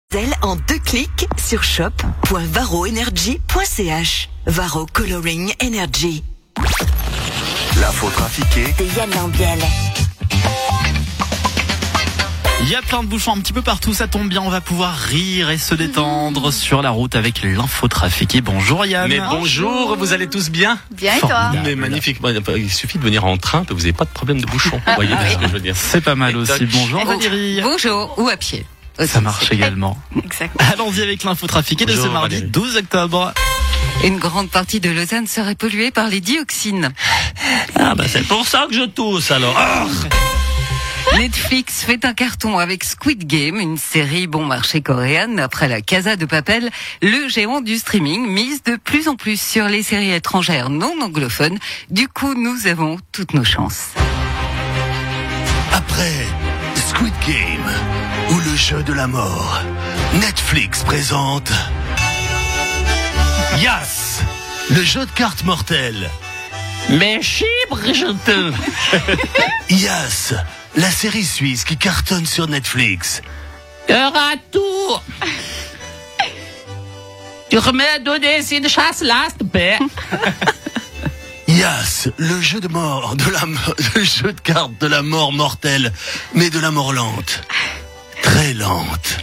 En 2 clics sur shop.varoenergy.ch. Varo Coloring Energy. L'info trafiquée de Yann Lambiel. Il y a plein de bouchons un petit peu partout, ça tombe bien, on va pouvoir rire et se détendre sur la route avec l'info trafiquée. Bonjour Yann. Mais bonjour, vous allez tous bien? Bien et toi? Mais magnifique, il suffit de venir en train, vous n'avez pas de problème de bouchon. Vous voyez ce que je veux dire? C'est pas mal aussi. Bonjour Valérie. Bonjour, ou à pied. Ça marche également. Exact. Allons-y avec l'info trafiquée de ce Bonjour, mardi Valérie. 12 octobre. Une grande partie de Lausanne serait polluée par les dioxines. Ah bah c'est pour ça que je tousse alors. Netflix fait un carton avec Squid Game, une série bon marché coréenne. Après La Casa de Papel, le géant du streaming mise de plus en plus sur les séries étrangères non anglophones. Du coup, nous avons toutes nos chances. Après Squid Game ou le jeu de la mort, Netflix présente Yas, le jeu de cartes mortel. Mais chibre, je te... Yas, la série suisse qui cartonne sur Netflix. Cœur à tout. Tu remets à donner une chasse là, s'il te plaît. Yas, le jeu de mort, le jeu de cartes de la mort mortelle, mais de la mort lente. Très lente.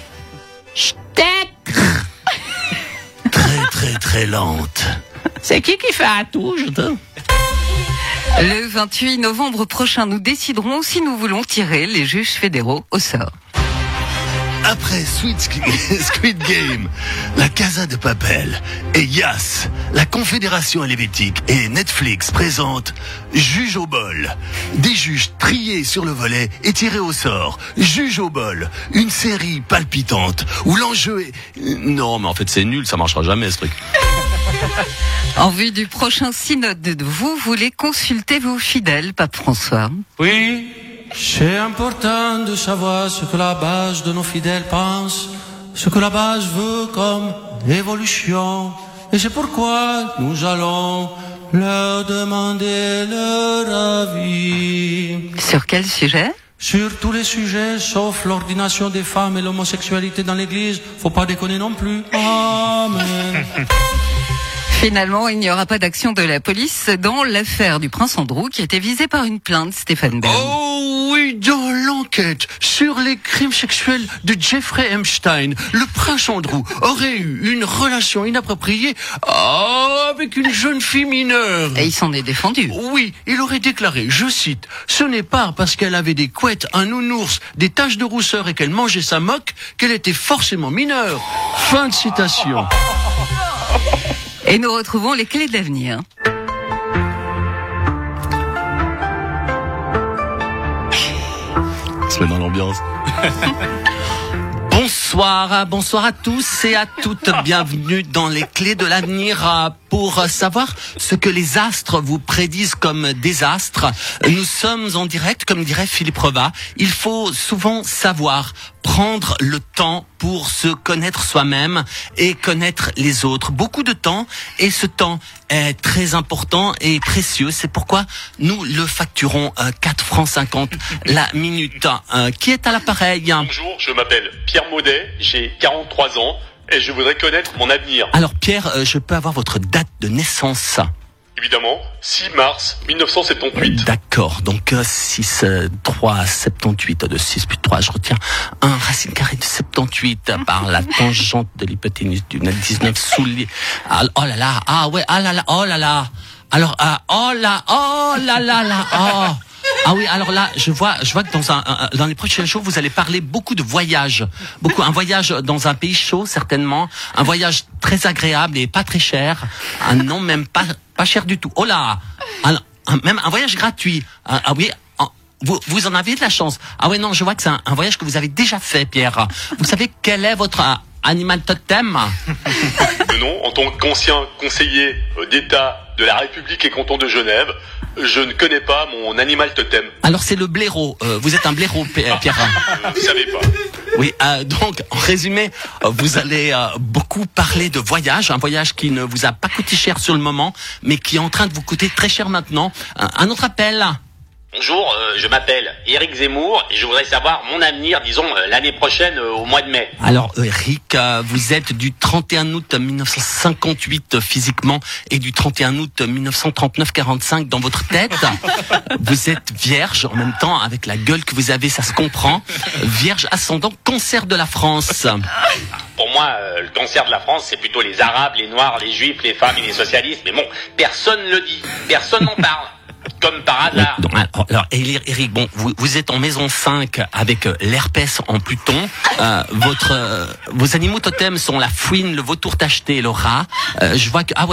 Très très très lente. C'est qui fait à tout, je te... Le 28 novembre prochain, nous déciderons si nous voulons tirer les juges fédéraux au sort. Après Squid Game, La Casa de Papel et Yas, la Confédération helvétique et Netflix présentent Juge au bol. Des juges triés sur le volet et tirés au sort. Juge au bol, une série palpitante où l'enjeu est... Non, mais en fait c'est nul, ça marchera jamais ce truc. En vue du prochain synode, vous voulez consulter vos fidèles, Pape François. Oui, c'est important de savoir ce que la base de nos fidèles pense, ce que la base veut comme évolution. Et c'est pourquoi nous allons leur demander leur avis. Sur quel sujet ? Sur tous les sujets, sauf l'ordination des femmes et l'homosexualité dans l'église. Faut pas déconner non plus. Amen. Finalement, il n'y aura pas d'action de la police dans l'affaire du prince Andrew qui était visé par une plainte, Stéphane Bern. Oh oui, dans l'enquête sur les crimes sexuels de Jeffrey Epstein, le prince Andrew aurait eu une relation inappropriée avec une jeune fille mineure. Et il s'en est défendu. Oui, il aurait déclaré, je cite, « Ce n'est pas parce qu'elle avait des couettes, un nounours, des taches de rousseur et qu'elle mangeait sa moque qu'elle était forcément mineure. » Fin de citation. Et nous retrouvons les clés de l'avenir. Se met dans l'ambiance. Bonsoir à tous et à toutes. Bienvenue dans les clés de l'avenir pour savoir ce que les astres vous prédisent comme désastre. Nous sommes en direct, comme dirait Philippe Reva. Il faut souvent savoir prendre le temps pour se connaître soi-même et connaître les autres. Beaucoup de temps, et ce temps est très important et précieux. C'est pourquoi nous le facturons 4 francs 50 la minute. Qui est à l'appareil ? Bonjour, je m'appelle Pierre Maudet, j'ai 43 ans et je voudrais connaître mon avenir. Alors Pierre, je peux avoir votre date de naissance ? Évidemment, 6 mars 1978. D'accord, donc 6, 3, 78, de 6 plus 3, je retiens un racine carrée de 78 par la tangente de l'hypoténuse du 19 sous les... Oh là là, ah ouais, ah là là, oh là là. Alors, oh là là, oh. Ah oui, alors là, je vois que dans les prochains jours, vous allez parler beaucoup de voyages. Un voyage dans un pays chaud, certainement. Un voyage très agréable et pas très cher. Non, même pas cher du tout. Oh là! Alors, même un voyage gratuit. Ah oui, vous en avez de la chance. Ah oui, non, je vois que c'est un voyage que vous avez déjà fait, Pierre. Vous savez quel est votre animal totem? Non, en tant qu'ancien conseiller d'État de la République et canton de Genève, je ne connais pas mon animal totem. Alors c'est le blaireau. Vous êtes un blaireau, Pierre. Vous savez pas. Oui, donc en résumé, vous allez beaucoup parler de voyage, un voyage qui ne vous a pas coûté cher sur le moment, mais qui est en train de vous coûter très cher maintenant. Un autre appel. Bonjour, je m'appelle Éric Zemmour et je voudrais savoir mon avenir, disons, l'année prochaine, au mois de mai. Alors Eric, vous êtes du 31 août 1958 physiquement et du 31 août 1939-45 dans votre tête. Vous êtes vierge en même temps avec la gueule que vous avez, ça se comprend. Vierge ascendant cancer de la France. Pour moi, le cancer de la France, c'est plutôt les Arabes, les Noirs, les Juifs, les femmes et les socialistes. Mais bon, personne ne le dit, personne n'en parle. Comme par hasard. Alors Eric, bon, vous êtes en maison 5 avec l'herpès en Pluton. Vos animaux totems sont la fouine, le vautour tacheté et le rat. Je vois que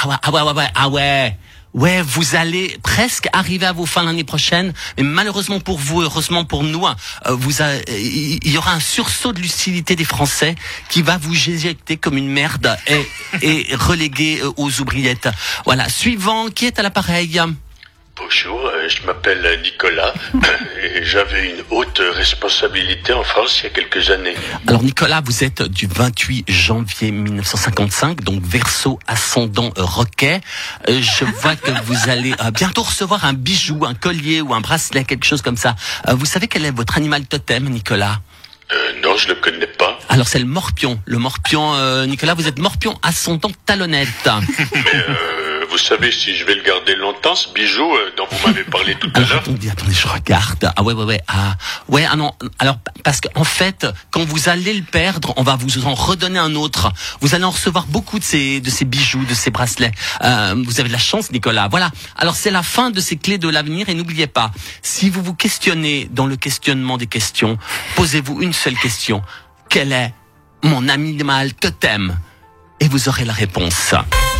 Ouais, vous allez presque arriver à vos fins l'année prochaine, mais malheureusement pour vous, heureusement pour nous, il y aura un sursaut de lucidité des Français qui va vous éjecter comme une merde et reléguer aux oubliettes. Voilà, suivant, qui est à l'appareil? Bonjour, je m'appelle Nicolas et j'avais une haute responsabilité en France il y a quelques années. Alors Nicolas, vous êtes du 28 janvier 1955, donc Verseau ascendant Roquet. Je vois que vous allez bientôt recevoir un bijou, un collier ou un bracelet, quelque chose comme ça. Vous savez quel est votre animal totem, Nicolas? Non, je le connais pas. Alors c'est le morpion. Le morpion, Nicolas, vous êtes morpion ascendant talonnette. Mais vous savez si je vais le garder longtemps, ce bijou dont vous m'avez parlé tout à l'heure? Attendez, je regarde. Non. Alors, parce qu'en fait, quand vous allez le perdre, on va vous en redonner un autre. Vous allez en recevoir beaucoup de ces bijoux, de ces bracelets. Vous avez de la chance, Nicolas. Voilà. Alors, c'est la fin de ces clés de l'avenir et n'oubliez pas, si vous vous questionnez dans le questionnement des questions, posez-vous une seule question. Quel est mon animal totem? Et vous aurez la réponse.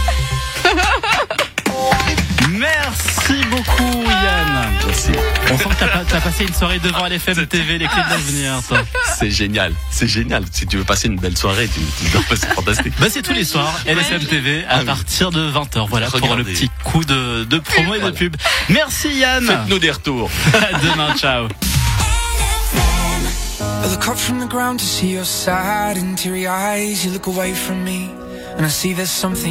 Merci beaucoup, Yann. Merci. On sent que t'as passé une soirée devant LFM TV, les clés de l'avenir, toi. C'est génial. Si tu veux passer une belle soirée, c'est fantastique. Bah, c'est tous les soirs, LFM TV, à partir de 20h. Voilà, Regardez. pour le petit coup de promo et de pub. Merci, Yann. Faites-nous des retours. À demain, ciao. I look up from the ground to see your sad and teary eyes. You look away from me and I see there's something